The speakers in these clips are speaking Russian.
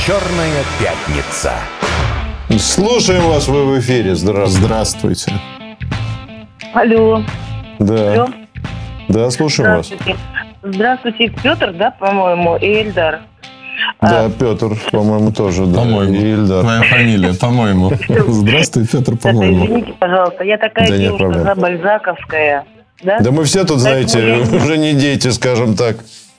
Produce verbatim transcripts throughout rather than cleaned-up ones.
Черная пятница. Слушаем вас, вы в эфире. Здравствуйте. Здравствуйте. Алло. Да. Алло. Да, слушаем вас. Здравствуйте. Здравствуйте, Петр, да, по-моему, и Эльдар. Да, А, Петр, по-моему, тоже. Да. По-моему. И Ильдар. Твоя фамилия, по-моему. Здравствуй, Петр, это, по-моему. извините, пожалуйста, я такая Да нет девушка проблем. забальзаковская. Да? Да мы все тут, Поэтому знаете, я- уже не дети, скажем так.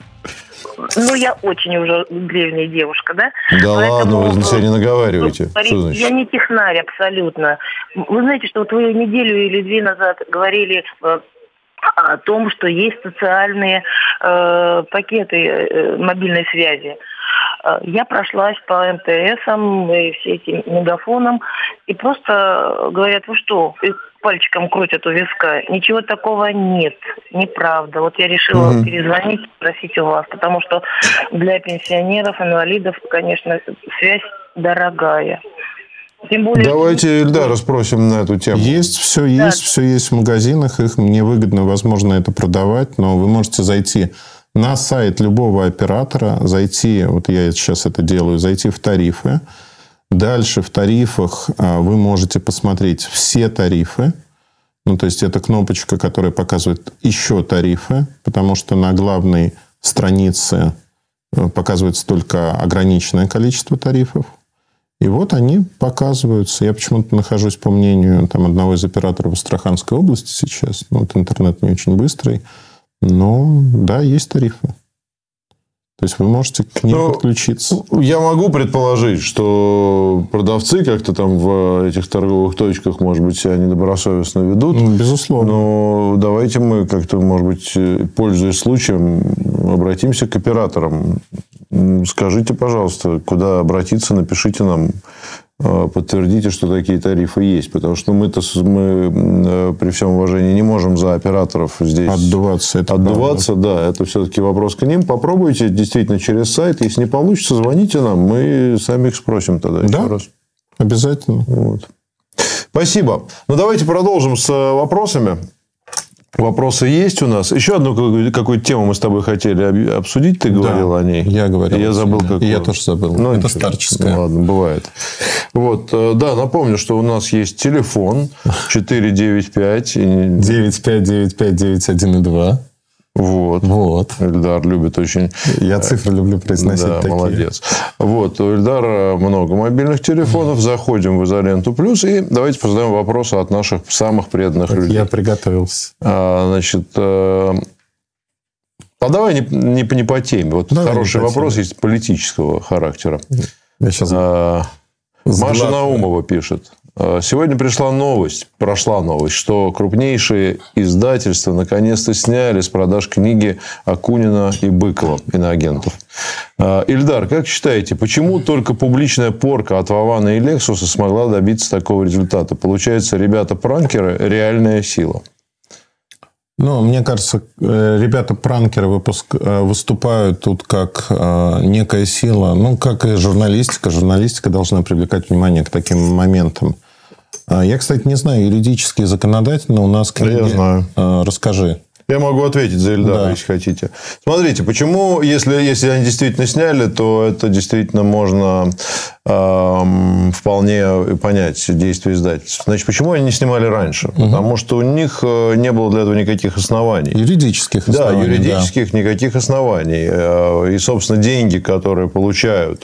Ну, я очень уже древняя девушка, да? Да ладно, вы на себя не наговариваете. Ну, Что значит? я не технарь абсолютно. Вы знаете, что вот вы неделю или две назад говорили э, о том, что есть социальные э, пакеты э, мобильной связи. Э, Я прошлась по эм тэ эсам и все этим мегафонам, и просто говорят, вы что, и пальчиком крутят у виска. Ничего такого нет, неправда. Вот я решила Мгм. перезвонить, спросить у вас, потому что для пенсионеров, инвалидов, конечно, связь дорогая. Тем более, Давайте Ильдара спросим на эту тему. Есть, все есть, все есть в магазинах. Их мне выгодно, возможно, это продавать. Но вы можете зайти на сайт любого оператора, зайти, вот я сейчас это делаю, зайти в тарифы. Дальше в тарифах а, вы можете посмотреть все тарифы. Ну, то есть, это кнопочка, которая показывает еще тарифы, потому что на главной странице э, показывается только ограниченное количество тарифов. И вот они показываются. Я почему-то нахожусь, по мнению там, одного из операторов Астраханской области сейчас. Ну, вот интернет не очень быстрый. Но, да, есть тарифы. То есть, вы можете к ним Ну, подключиться. Я могу предположить, что продавцы как-то там в этих торговых точках, может быть, себя недобросовестно ведут. Ну, безусловно. Но давайте мы как-то, может быть, пользуясь случаем, обратимся к операторам. Скажите, пожалуйста, куда обратиться, напишите нам, подтвердите, что такие тарифы есть. Потому что мы-то мы, при всем уважении не можем за операторов здесь Отдуваться. Это отдуваться. Да, это все-таки вопрос к ним. Попробуйте действительно через сайт. Если не получится, звоните нам. Мы сами их спросим тогда Да. еще раз. Обязательно. Вот. Спасибо. Ну, давайте продолжим с вопросами. Вопросы есть у нас. Еще одну какую- какую-то тему мы с тобой хотели об- обсудить. Ты говорил Да, о ней. я говорил. Я забыл, какую. Я тоже забыл. Ну, это ничего. старческое. Ну, ладно, бывает. Вот, э, да, напомню, что у нас есть телефон четыре девять пять. и- девять пять девять пять девять один и два. Вот. Вот. Эльдар любит очень. Я цифры люблю произносить Да, такие. молодец. Вот, у Эльдара много мобильных телефонов. Заходим в Изоленту Плюс. И давайте позадаем вопросы от наших самых преданных людей. Я приготовился. А, значит, э, а давай не, не, по- не по теме. Вот Давай хороший не по вопрос теме. есть политического характера. Я сейчас... А, Маша сглатываю. Наумова пишет. Сегодня пришла новость, прошла новость, что крупнейшие издательства наконец-то сняли с продаж книги Акунина и Быкова, иноагентов. Ильдар, как считаете, почему только публичная порка от Вована и Лексуса смогла добиться такого результата? Получается, ребята-пранкеры – реальная сила. Ну, мне кажется, ребята-пранкеры выпуск... выступают тут как некая сила. Ну, как и журналистика. Журналистика должна привлекать внимание к таким моментам. Я, кстати, не знаю, юридически и законодательно у нас книги... Я знаю. Расскажи. Я могу ответить за Ильдара, Да. если хотите. Смотрите, почему, если, если они действительно сняли, то это действительно можно эм, вполне понять действие издательств. Значит, почему они не снимали раньше? Угу. Потому что у них не было для этого никаких оснований. Юридических Да, оснований. юридических да. никаких оснований. И, собственно, деньги, которые получают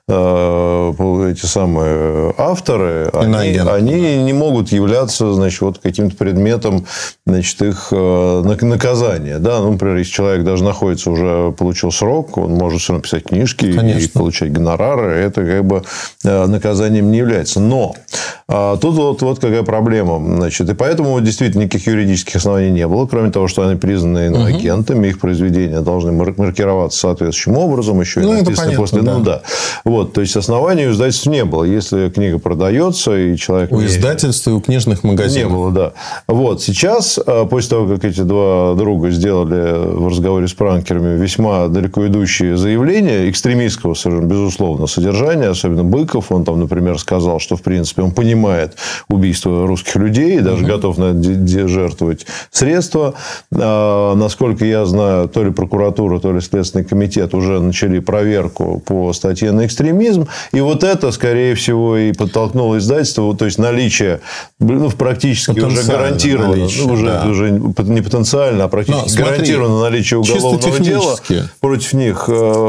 э, эти самые авторы, они, они не могут являться, значит, вот каким-то предметом, значит, их э, наказания. Да? Ну, например, если человек даже находится, уже получил срок, он может все равно писать книжки Конечно. и получать гонорары. Это как бы наказанием не является. Но а, тут вот, вот какая проблема. Значит, и поэтому действительно никаких юридических оснований не было. Кроме того, что они признаны иноагентами, угу. Их произведения должны маркироваться соответствующим образом. Еще и ну, написано понятно, после. Да. Ну, да. Вот, то есть, оснований у издательств не было. Если книга продается, и человек... У не... издательств и у книжных магазинов. Не было, да. Вот. Сейчас, после того, как эти два друга сделали в разговоре с пранкерами весьма далеко идущие заявления экстремистского, совершенно безусловно, содержания, особенно Быков. Он там, например, сказал, что, в принципе, он понимает убийство русских людей и даже mm-hmm. готов на это жертвовать средства. А, насколько я знаю, то ли прокуратура, то ли Следственный комитет уже начали проверку по статье на экстремизм. И вот это, скорее всего, и подтолкнуло издательство, то есть наличие, ну, практически уже гарантировано, наличие, ну, уже, да. уже не потенциально, а практически Но, гарантировано смотри, наличие уголовного дела против них.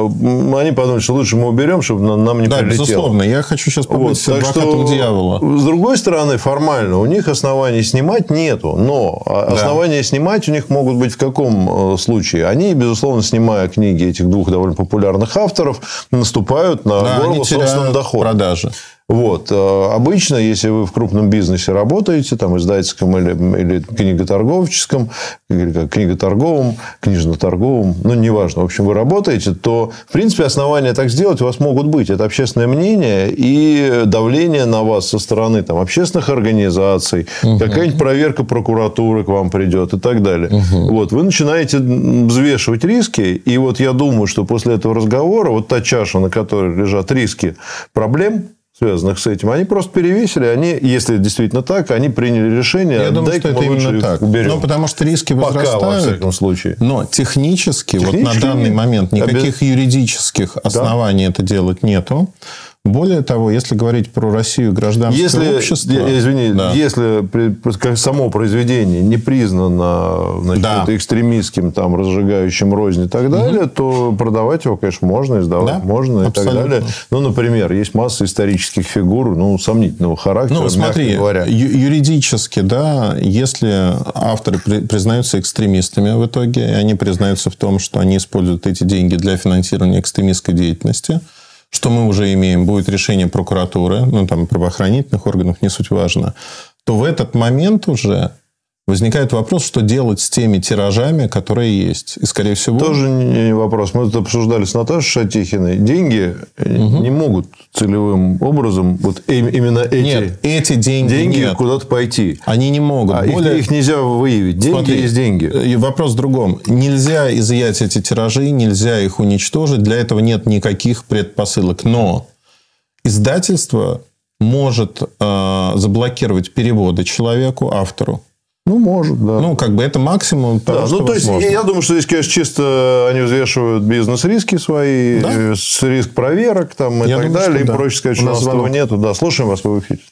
Они подумали, что лучше мы уберем, чтобы нам не да, прилетело. Да, безусловно. Я хочу сейчас побыть вот, адвокатом дьявола. С другой стороны, формально у них оснований снимать нету. Но да. основания снимать у них могут быть в каком случае? Они, безусловно, снимая книги этих двух довольно популярных авторов, наступают на да, горло собственного дохода. Продажи. Вот. Обычно, если вы в крупном бизнесе работаете, там, издательском или, или книготорговческом, или как книготорговом, книжно-торговом, ну, неважно, в общем, вы работаете, то, в принципе, основания так сделать у вас могут быть. Это общественное мнение и давление на вас со стороны там, общественных организаций, угу. какая-нибудь проверка прокуратуры к вам придет и так далее. Угу. Вот. Вы начинаете взвешивать риски, и вот я думаю, что после этого разговора вот та чаша, на которой лежат риски проблем, связанных с этим, они просто перевесили, они, если действительно так, они приняли решение. Я думаю, что это именно так. Уберем. Ну, потому что риски возрастают. Пока, во всяком случае. Но технически, технически вот на данный момент никаких без... юридических оснований да. это делать нету. Более того, если говорить про Россию и гражданское если, общество... Извини, да. если само произведение не признано значит, да. экстремистским, там, разжигающим рознь и так далее, угу. то продавать его, конечно, можно, издавать да, можно и абсолютно. Так далее. Ну, например, есть масса исторических фигур ну, сомнительного характера, ну, смотри, говоря. Юридически, да, если авторы признаются экстремистами в итоге, и они признаются в том, что они используют эти деньги для финансирования экстремистской деятельности, что мы уже имеем, будет решение прокуратуры, ну, там, правоохранительных органов, не суть важно, то в этот момент уже возникает вопрос, что делать с теми тиражами, которые есть. И, скорее всего... Тоже не вопрос. Мы тут обсуждали с Наташей Шатихиной. Деньги угу. не могут целевым образом, вот именно эти, нет, эти деньги, деньги нет. куда-то пойти. Они не могут. А Более... их, их нельзя выявить. Деньги Смотри, есть деньги. И вопрос в другом. Нельзя изъять эти тиражи, нельзя их уничтожить. Для этого нет никаких предпосылок. Но издательство может э, заблокировать переводы человеку, автору. Ну, может, да. Ну, как бы это максимум того, да, что ну, то есть, возможно. Я думаю, что здесь, конечно, чисто они взвешивают бизнес-риски свои, да? риск проверок там, и я так думаю, далее. Им да. проще сказать, что у нас этого нету. Да, слушаем вас, вы в эфире.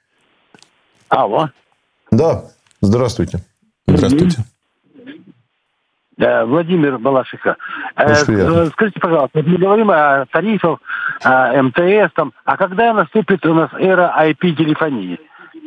Алло. Да, здравствуйте. Здравствуйте. Да, Владимир Балашиха. Э, скажите, пожалуйста, мы говорим о тарифах, о эм тэ эс, там, а когда наступит у нас эра ай пи-телефонии?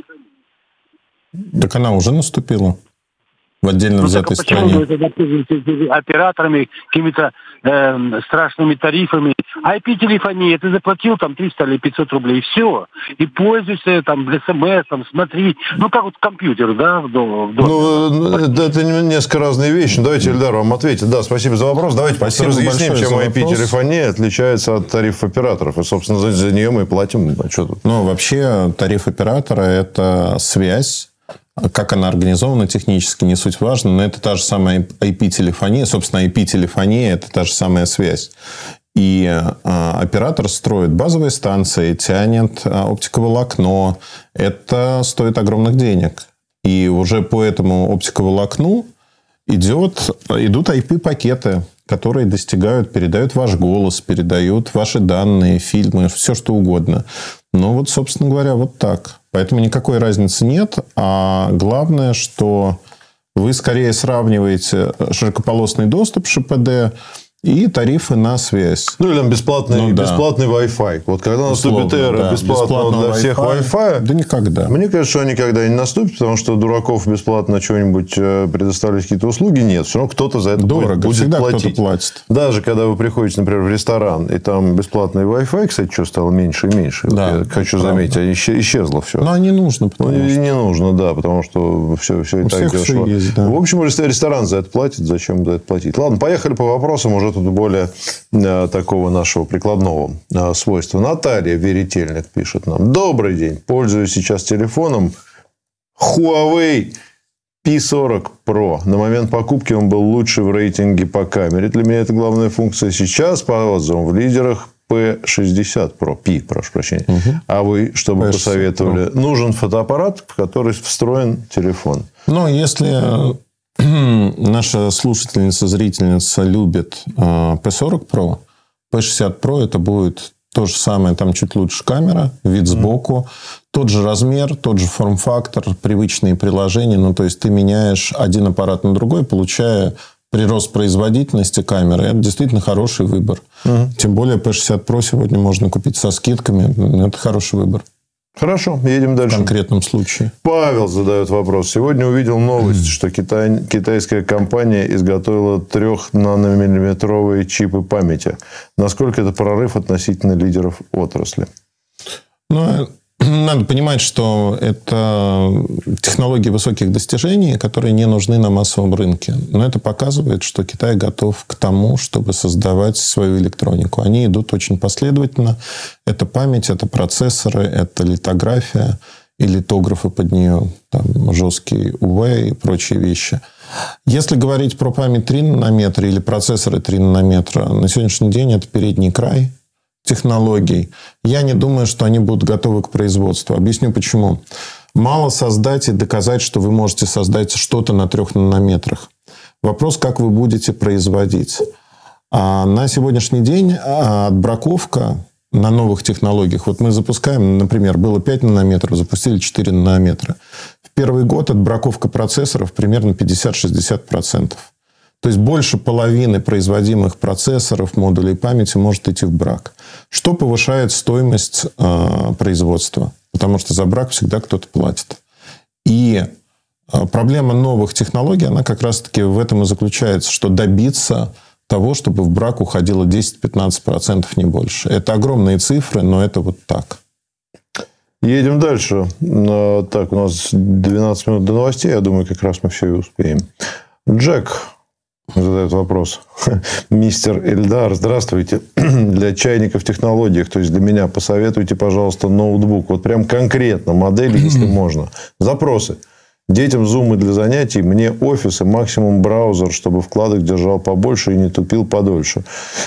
Так она уже наступила в отдельно взятой ну, стране. Почему вы это операторами, какими-то э, страшными тарифами? ай пи-телефония, ты заплатил там триста или пятьсот рублей, все. И пользуйся там эс эм эс, там, смотри. Ну, как вот компьютер, да, в доме. Ну, это, это несколько разные вещи. Ну, давайте Эльдар вам ответит. Да, спасибо за вопрос. Давайте просто разъясним, чем ай пи-телефония отличается от тарифов операторов. И, собственно, за, за нее мы и платим. А что тут? Ну, вообще, тариф оператора – это связь. Как она организована технически, не суть важно, но это та же самая ай пи-телефония. Собственно, ай пи-телефония – это та же самая связь. И э, оператор строит базовые станции, тянет э, оптиковолокно. Это стоит огромных денег. И уже по этому оптиковолокну идет, идут ай пи-пакеты, которые достигают, передают ваш голос, передают ваши данные, фильмы, все что угодно. Ну, вот, собственно говоря, вот так. Поэтому никакой разницы нет. А главное, что вы скорее сравниваете широкополосный доступ ШПД и тарифы на связь. Ну, или там бесплатный, ну, да. бесплатный Wi-Fi. Вот когда наступит Условно, эра да. бесплатного для всех Wi-Fi... Да никогда. Мне кажется, что никогда не наступит, потому что дураков бесплатно что-нибудь предоставлять какие-то услуги нет. Все равно кто-то за это Дорого. будет Всегда платить. Кто-то платит. Даже когда вы приходите, например, в ресторан, и там бесплатный Wi-Fi, кстати, что стало меньше и меньше. Да, Я хочу заметить, исчезло все. Но не нужно. Ну, что... не нужно, да, потому что все, все и У так дешево. Есть, да. В общем, ресторан за это платит. Зачем за это платить? Ладно, поехали по вопросам уже тут более... такого нашего прикладного свойства. Наталья Веретельник пишет нам. Добрый день. Пользуюсь сейчас телефоном Huawei пи сорок про. На момент покупки он был лучший в рейтинге по камере. Для меня это главная функция. Сейчас, по отзывам, в лидерах пи шестьдесят про. Пи, прошу прощения. Угу. А вы что бы посоветовали? Pro. Нужен фотоаппарат, в который встроен телефон. Ну, если наша слушательница, зрительница любит пи сорок про, пи шестьдесят про это будет то же самое. Там чуть лучше камера, вид сбоку. Mm. Тот же размер, тот же форм-фактор, привычные приложения. Ну, то есть, ты меняешь один аппарат на другой, получая прирост производительности камеры. Это действительно хороший выбор. Mm. Тем более, пи шестьдесят про сегодня можно купить со скидками. Это хороший выбор. Хорошо, едем дальше. В конкретном случае. Павел задает вопрос. Сегодня увидел новость, что Китай, китайская компания изготовила трехнаномиллиметровые чипы памяти. Насколько это прорыв относительно лидеров отрасли? Ну, надо понимать, что это технологии высоких достижений, которые не нужны на массовом рынке. Но это показывает, что Китай готов к тому, чтобы создавать свою электронику. Они идут очень последовательно. Это память, это процессоры, это литография и литографы под нее, там, жесткий ю ви и прочие вещи. Если говорить про память три нанометра или процессоры три нанометра, на сегодняшний день это передний край технологий. Я не думаю, что они будут готовы к производству. Объясню почему. Мало создать и доказать, что вы можете создать что-то на трех нанометрах. Вопрос, как вы будете производить. А на сегодняшний день отбраковка на новых технологиях. Вот мы запускаем, например, было пять нанометров, запустили четыре нанометра. В первый год отбраковка процессоров примерно пятьдесят-шестьдесят процентов. То есть, больше половины производимых процессоров, модулей памяти может идти в брак. Что повышает стоимость э, производства? Потому что за брак всегда кто-то платит. И э, проблема новых технологий, она как раз-таки в этом и заключается, что добиться того, чтобы в брак уходило десять-пятнадцать процентов, не больше. Это огромные цифры, но это вот так. Едем дальше. Так, у нас двенадцать минут до новостей. Я думаю, как раз мы все и успеем. Джек задает вопрос. Мистер Эльдар, здравствуйте. Для чайников в технологиях, то есть для меня, посоветуйте, пожалуйста, ноутбук. Вот прям конкретно модели, если можно. Запросы. Детям зумы для занятий, мне офис и максимум браузер, чтобы вкладок держал побольше и не тупил подольше.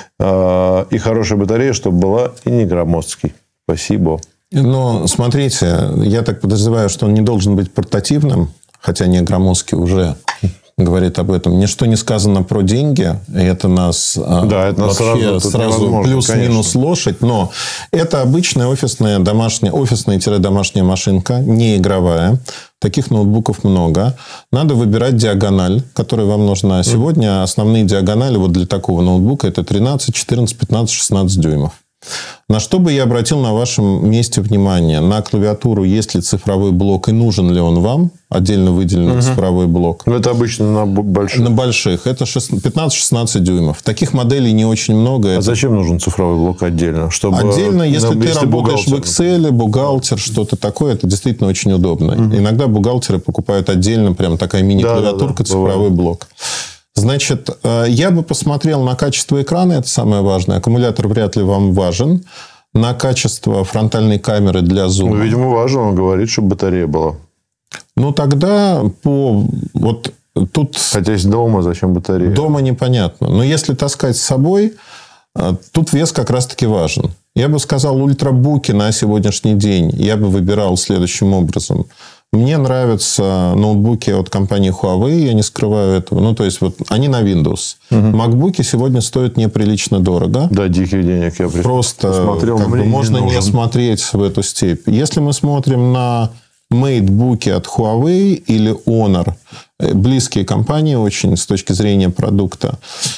И хорошая батарея, чтобы была, и не громоздкий. Спасибо. Но смотрите, я так подозреваю, что он не должен быть портативным, хотя не громоздкий уже говорит об этом. Ничто не сказано про деньги. Это нас, да, это нас вообще сразу, сразу плюс-минус лошадь. Но это обычная офисная домашняя, офисная-домашняя машинка, не игровая. Таких ноутбуков много. Надо выбирать диагональ, которая вам нужна. Сегодня основные диагонали вот для такого ноутбука это тринадцать, четырнадцать, пятнадцать, шестнадцать дюймов. На что бы я обратил на вашем месте внимание? На клавиатуру, есть ли цифровой блок и нужен ли он вам? Отдельно выделенный угу. цифровой блок. Но это обычно на больших. На больших. Это пятнадцать-шестнадцать дюймов. Таких моделей не очень много. А это... зачем нужен цифровой блок отдельно? Чтобы... Отдельно, если на... ты если работаешь бухгалтер. в Excel, бухгалтер, что-то такое, это действительно очень удобно. Угу. Иногда бухгалтеры покупают отдельно прям такая мини-клавиатурка, да, да, да, цифровой бывает. Блок. Значит, я бы посмотрел на качество экрана, это самое важное. Аккумулятор вряд ли вам важен. На качество фронтальной камеры для зума. Ну, видимо, важно. Он говорит, чтобы батарея была. Ну, тогда по... Вот тут... Хотя есть дома, зачем батарея? Дома непонятно. Но если таскать с собой, тут вес как раз-таки важен. Я бы сказал, ультрабуки на сегодняшний день я бы выбирал следующим образом. Мне нравятся ноутбуки от компании Huawei, я не скрываю этого. Ну, то есть, вот они на Windows. Угу. Макбуки сегодня стоят неприлично дорого. Да, диких денег. Я просто посмотрел, как бы, можно не, не смотреть в эту степь. Если мы смотрим на мейтбуки от Huawei или Honor, близкие компании очень с точки зрения продукта,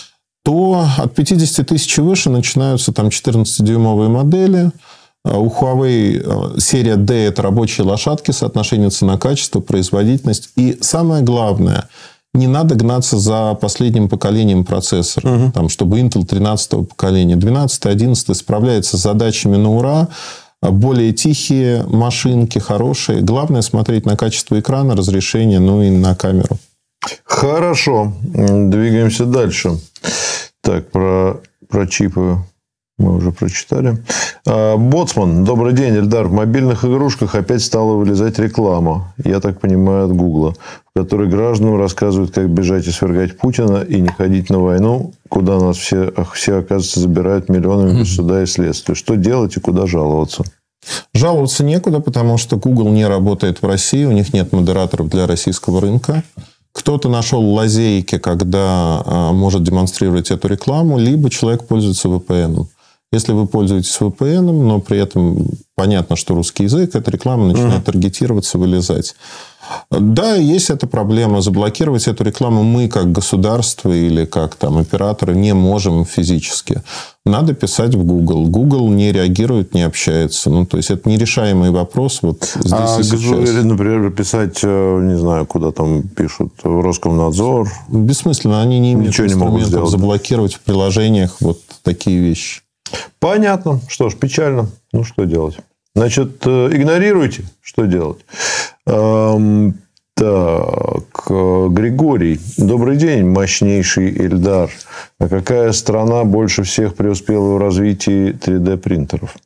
то от пятьдесят тысяч выше начинаются там четырнадцатидюймовые модели. У Huawei серия D – это рабочие лошадки, соотношение цена-качество, производительность. И самое главное, не надо гнаться за последним поколением процессора. Угу. Там, чтобы Intel тринадцатого поколения. двенадцатый, одиннадцатый справляется с задачами на ура. Более тихие машинки, хорошие. Главное смотреть на качество экрана, разрешение, ну и на камеру. Хорошо. Двигаемся дальше. Так, про, про чипы мы уже прочитали. Боцман, добрый день, Эльдар. В мобильных игрушках опять стала вылезать реклама, я так понимаю, от Гугла, в которой гражданам рассказывают, как бежать и свергать Путина и не ходить на войну, куда нас все, все оказывается, забирают миллионами без суда и следствия. Что делать и куда жаловаться? Жаловаться некуда, потому что Google не работает в России, у них нет модераторов для российского рынка. Кто-то нашел лазейки, когда а, может демонстрировать эту рекламу, либо человек пользуется ви пи эн. Если вы пользуетесь ви пи эн, но при этом понятно, что русский язык, эта реклама начинает uh-huh. таргетироваться, вылезать. Да, есть эта проблема. Заблокировать эту рекламу мы, как государство или как там операторы, не можем физически. Надо писать в Google. Google не реагирует, не общается. Ну, то есть, это нерешаемый вопрос вот здесь а, и сейчас. Например, писать, не знаю, куда там пишут, в Роскомнадзор. Бессмысленно. Они не имеют Ничего инструментов не могут заблокировать в приложениях вот такие вещи. Понятно. Что ж, печально. Ну, что делать? Значит, игнорируйте. Что делать? Эм, так, Григорий. Добрый день, мощнейший Эльдар. А какая страна больше всех преуспела в развитии три дэ принтеров?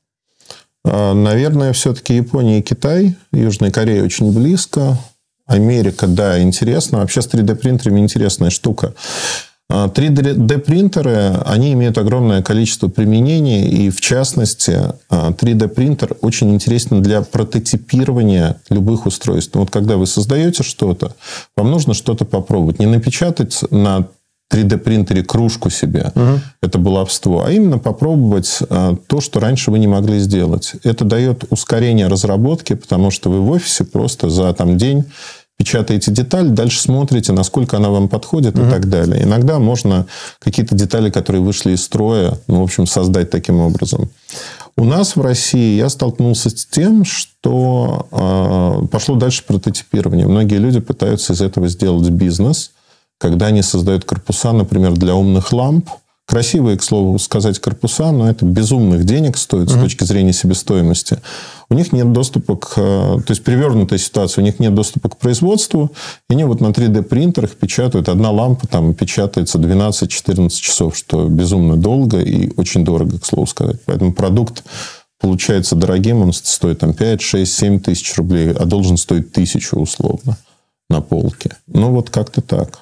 Наверное, все-таки Япония и Китай. Южная Корея очень близко. Америка, да, интересно. Вообще с три дэ принтерами интересная штука. три дэ принтеры, они имеют огромное количество применений, и в частности, три дэ принтер очень интересен для прототипирования любых устройств. Вот когда вы создаете что-то, вам нужно что-то попробовать. Не напечатать на три дэ принтере кружку себе, угу. это баловство, а именно попробовать то, что раньше вы не могли сделать. Это дает ускорение разработки, потому что вы в офисе просто за там, день печатаете деталь, дальше смотрите, насколько она вам подходит mm-hmm. и так далее. Иногда можно какие-то детали, которые вышли из строя, ну, в общем, создать таким образом. У нас в России я столкнулся с тем, что э, пошло дальше прототипирование. Многие люди пытаются из этого сделать бизнес, когда они создают корпуса, например, для умных ламп. Красивые, к слову сказать, корпуса, но это безумных денег стоит mm-hmm. с точки зрения себестоимости. У них нет доступа к... То есть, перевернутая ситуация. У них нет доступа к производству. И они вот на три дэ принтерах печатают. Одна лампа там печатается двенадцать-четырнадцать часов, что безумно долго и очень дорого, к слову сказать. Поэтому продукт получается дорогим. Он стоит там пять, шесть, семь тысяч рублей, а должен стоить тысячу условно на полке. Ну, вот как-то так.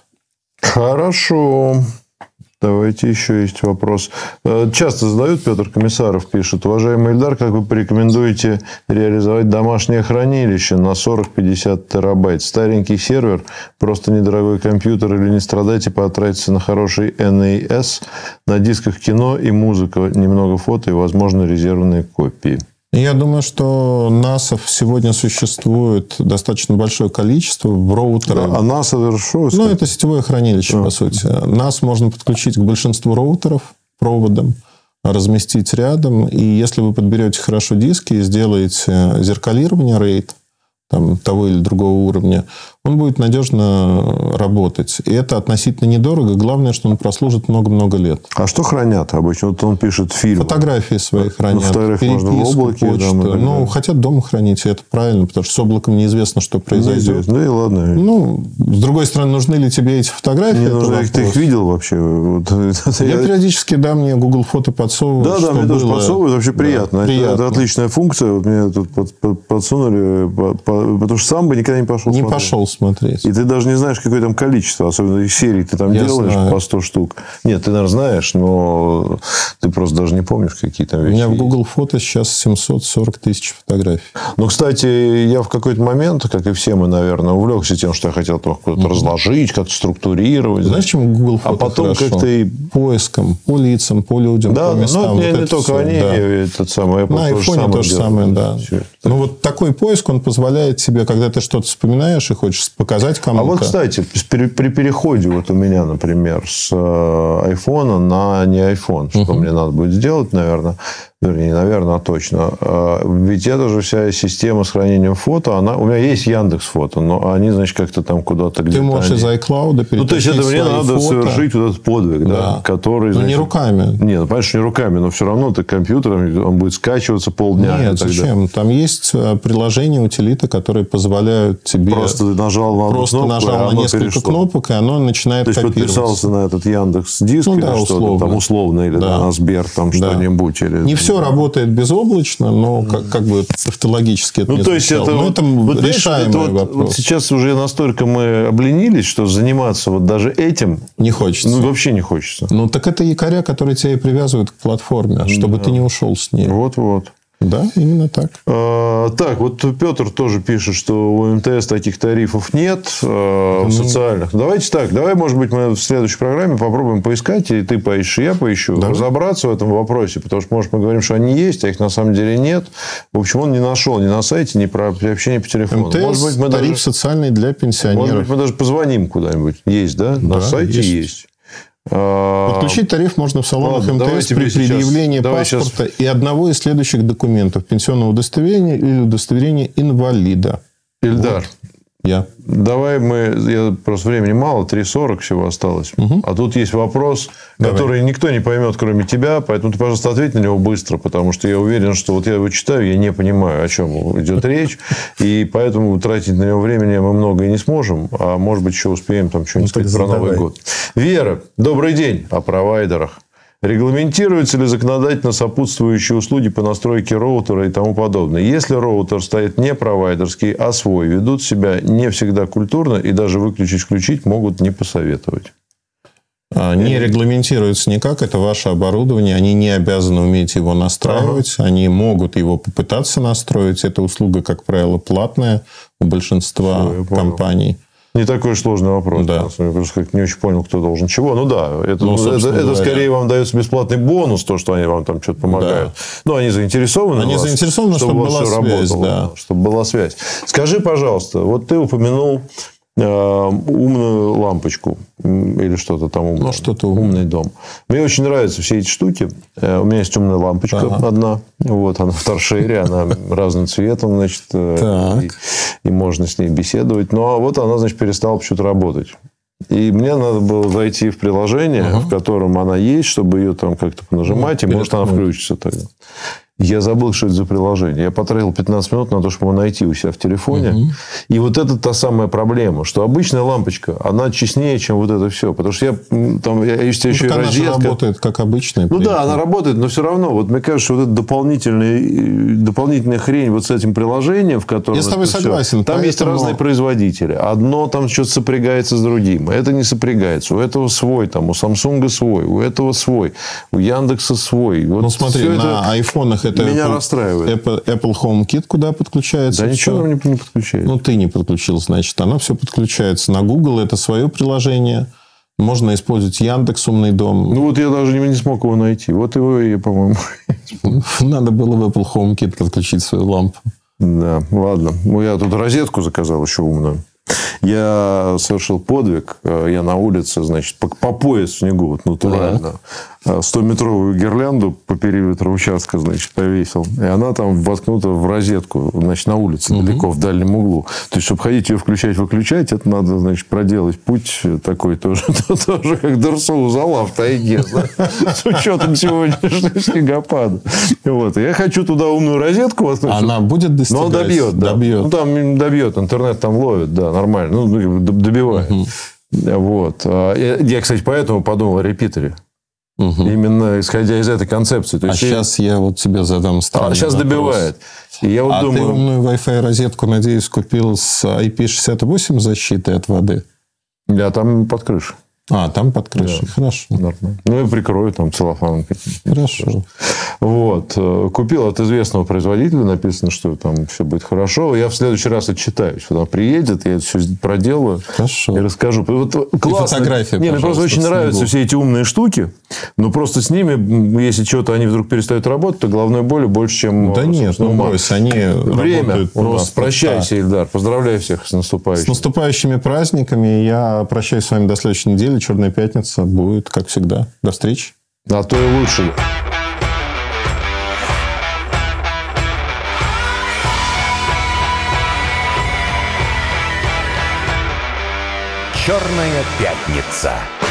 Хорошо. Давайте еще есть вопрос. Часто задают, Петр Комиссаров пишет. Уважаемый Эльдар, как вы порекомендуете реализовать домашнее хранилище на сорок-пятьдесят терабайт? Старенький сервер, просто недорогой компьютер, или не страдать и потратиться на хороший эн эй эс, на дисках кино и музыка, немного фото и, возможно, резервные копии? Я думаю, что насов сегодня существует достаточно большое количество в роутерах. Да, а нас это что? Ну, это сетевое хранилище, а. по сути. нас можно подключить к большинству роутеров проводом, разместить рядом. И если вы подберете хорошо диски и сделаете зеркалирование RAID, там, того или другого уровня, он будет надежно работать. И это относительно недорого. Главное, что он прослужит много-много лет. А что хранят обычно? Вот он пишет фильм. Фотографии свои хранят. Ну, фотографии можно в облаке. Почту. Ну, хотят дома хранить, и это правильно, потому что с облаком неизвестно, что произойдет. Ну, и ладно. Ну, с другой стороны, нужны ли тебе эти фотографии? Не нужно. Ты их видел вообще? Я периодически, да, мне Google фото подсовывают. Да, да, мне тоже подсовывают. Вообще приятно. Это отличная функция. Мне тут подсунули, потому что сам бы никогда не пошел Не смотреть. пошел смотреть. И ты даже не знаешь, какое там количество. Особенно их серий ты там Я делаешь знаю. по сто штук. Нет, ты, наверное, знаешь, но ты просто даже не помнишь, какие там вещи. У меня в есть. Google фото сейчас семьсот сорок тысяч фотографий. Ну, кстати, я в какой-то момент, как и все мы, наверное, увлекся тем, что я хотел там куда-то mm-hmm. разложить, как-то структурировать. Знаешь, почему Google фото А потом хорошо? как-то и... Поиском, по лицам, по людям, да, по местам. ну, вот не, это не только все, они, да. этот самый Apple На iPhone то же самое, да. Ну, вот такой поиск, он позволяет тебе, когда ты что-то вспоминаешь и хочешь показать кому-то. А вот, кстати, при, при переходе вот у меня, например, с айфона на не iPhone, что uh-huh. мне надо будет сделать, наверное, вернее, наверное, а точно. Ведь это же вся система с хранением фото, она... У меня есть Яндекс.Фото, но они, значит, как-то там куда-то... Ты можешь они... из iCloud перетащить. Ну, то есть, это мне надо фото. совершить вот этот подвиг, да, да. который... Ну, значит... не руками. Нет, ну, понятно, что не руками, но все равно ты компьютером, он будет скачиваться полдня. Нет, зачем? Там есть приложения, утилиты, которые позволяют тебе... Просто нажал на Просто кнопку, нажал на несколько перешло. кнопок, и оно начинает то есть, копироваться. подписался на этот Яндекс.Диск ну, или да, что-то условно. там условно, или да. на Сбер, там да. что-нибудь. Или... Не все работает безоблачно, но как, как бы тавтологически это ну, не то есть, это, но вот, это вот, решаемый это вот, вопрос. Вот сейчас уже настолько мы обленились, что заниматься вот даже этим... Не хочется. Ну, вообще не хочется. Ну, так это якоря, которые тебя и привязывают к платформе, чтобы да. ты не ушел с ней. Вот-вот. Да, именно так. А, так, вот Петр тоже пишет, что у МТС таких тарифов нет а, ну, социальных. Давайте так, давай, может быть, мы в следующей программе попробуем поискать, и ты поищешь, и я поищу, да. разобраться в этом вопросе, потому что, может, мы говорим, что они есть, а их на самом деле нет. В общем, он не нашел ни на сайте, ни про общение по телефону. МТС может быть, мы тариф даже, социальный для пенсионеров. Может быть, мы даже позвоним куда-нибудь. Есть, да? да на сайте есть. есть. Подключить тариф можно в салонах Ладно, МТС при предъявлении сейчас, паспорта сейчас... и одного из следующих документов: пенсионного удостоверения или удостоверения инвалида. Ильдар, вот. Я. Давай мы... Я просто времени мало, три сорок всего осталось. Угу. А тут есть вопрос, Давай. который никто не поймет, кроме тебя. Поэтому ты, пожалуйста, ответь на него быстро. Потому что я уверен, что вот я его читаю, я не понимаю, о чем идет речь. И поэтому тратить на него времени мы много и не сможем. А может быть, еще успеем там что-нибудь ну, сказать про Новый год. Вера, добрый день. О провайдерах. Регламентируются ли законодательно сопутствующие услуги по настройке роутера и тому подобное? Если роутер стоит не провайдерский, а свой, ведут себя не всегда культурно и даже выключить-включить могут не посоветовать. Не регламентируется никак. Это ваше оборудование. Они не обязаны уметь его настраивать. Ага. Они могут его попытаться настроить. Эта услуга, как правило, платная у большинства Все, компаний. Не такой сложный вопрос. Да. Я просто не очень понял, кто должен чего. Ну, да. Это, ну, это, это скорее вам дается бесплатный бонус, то, что они вам там что-то помогают. Да. Ну, они заинтересованы. Они вас, заинтересованы, чтобы, чтобы была связь. Работало, да. Чтобы была связь. Скажи, пожалуйста, вот ты упомянул э, умную лампочку или что-то там умное. Ну, что-то умный дом. Мне очень нравятся все эти штуки. У меня есть умная лампочка ага. одна. Вот, она в торшере, она разным цветом, значит, и, и можно с ней беседовать. Но вот она, значит, перестала почему-то работать. И мне надо было зайти в приложение, ага. в котором она есть, чтобы ее там как-то понажимать, ну, и может она включится тогда. Я забыл, что это за приложение. Я потратил пятнадцать минут на то, чтобы его найти у себя в телефоне. Угу. И вот это та самая проблема, что обычная лампочка, она честнее, чем вот это все. Потому что я там, я, если ну, еще и розетка... Она работает как обычная. Ну, да, она работает, но все равно. Вот мне кажется, что вот эта дополнительная, дополнительная хрень вот с этим приложением, в котором... Я с тобой согласен. Все, там поэтому... есть разные производители. Одно там что-то сопрягается с другим. Это не сопрягается. У этого свой, там, у Samsung свой, у этого свой, у Яндекса свой. Вот ну, смотри, на это... айфонах это меня Apple, расстраивает. Apple, Apple HomeKit куда подключается? Да ничего нам не, не подключается. Ну, ты не подключил, значит. Оно все подключается. На Google это свое приложение. Можно использовать Яндекс умный дом. Ну, вот я даже не, не смог его найти. Вот его и, по-моему... Надо было в Apple HomeKit подключить свою лампу. Да, ладно. Ну, я тут розетку заказал еще умную. Я совершил подвиг. Я на улице, значит, по, по пояс в снегу, вот натурально. стометровую гирлянду по периметру участка, значит, повесил. И она там воткнута в розетку, значит, на улице, угу. далеко, в дальнем углу. То есть, чтобы ходить ее включать-выключать, это надо, значит, проделать путь такой тоже, тоже как Дерсоу-Зала в тайге, с учетом сегодняшнего снегопада. Вот. Я хочу туда умную розетку воткнуть. Она будет достигать? Но он добьет, да. Добьет. Ну, там добьет, интернет там ловит, да, нормально. Ну, добивает. Угу. Вот. Я, кстати, поэтому подумал о репитере. Угу. Именно исходя из этой концепции. То а есть, сейчас я вот тебе задам странный А сейчас вопрос. добивает. И я вот а думаю... ты умную Wi-Fi розетку, надеюсь, купил с ай пи шестьдесят восемь защитой от воды? Да, там под крышей. А, там под крышей. Да. Хорошо. Нормально. Ну, и прикрою там целлофаном. Хорошо. Вот. Купил от известного производителя. Написано, что там все будет хорошо. Я в следующий раз отчитаюсь. Когда он приедет, я это все проделаю. Хорошо. И расскажу. Вот классно. И фотографии, Не, мне просто очень нравятся все эти умные штуки. Но просто с ними, если что-то они вдруг перестают работать, то головной боли больше, чем... Да нет, ну брось, они Время у нас. Прощайся, да. Ильдар. Поздравляю всех с наступающими. С наступающими праздниками. Я прощаюсь с вами до следующей недели. Черная пятница будет, как всегда. До встречи. А то и лучше. Черная пятница.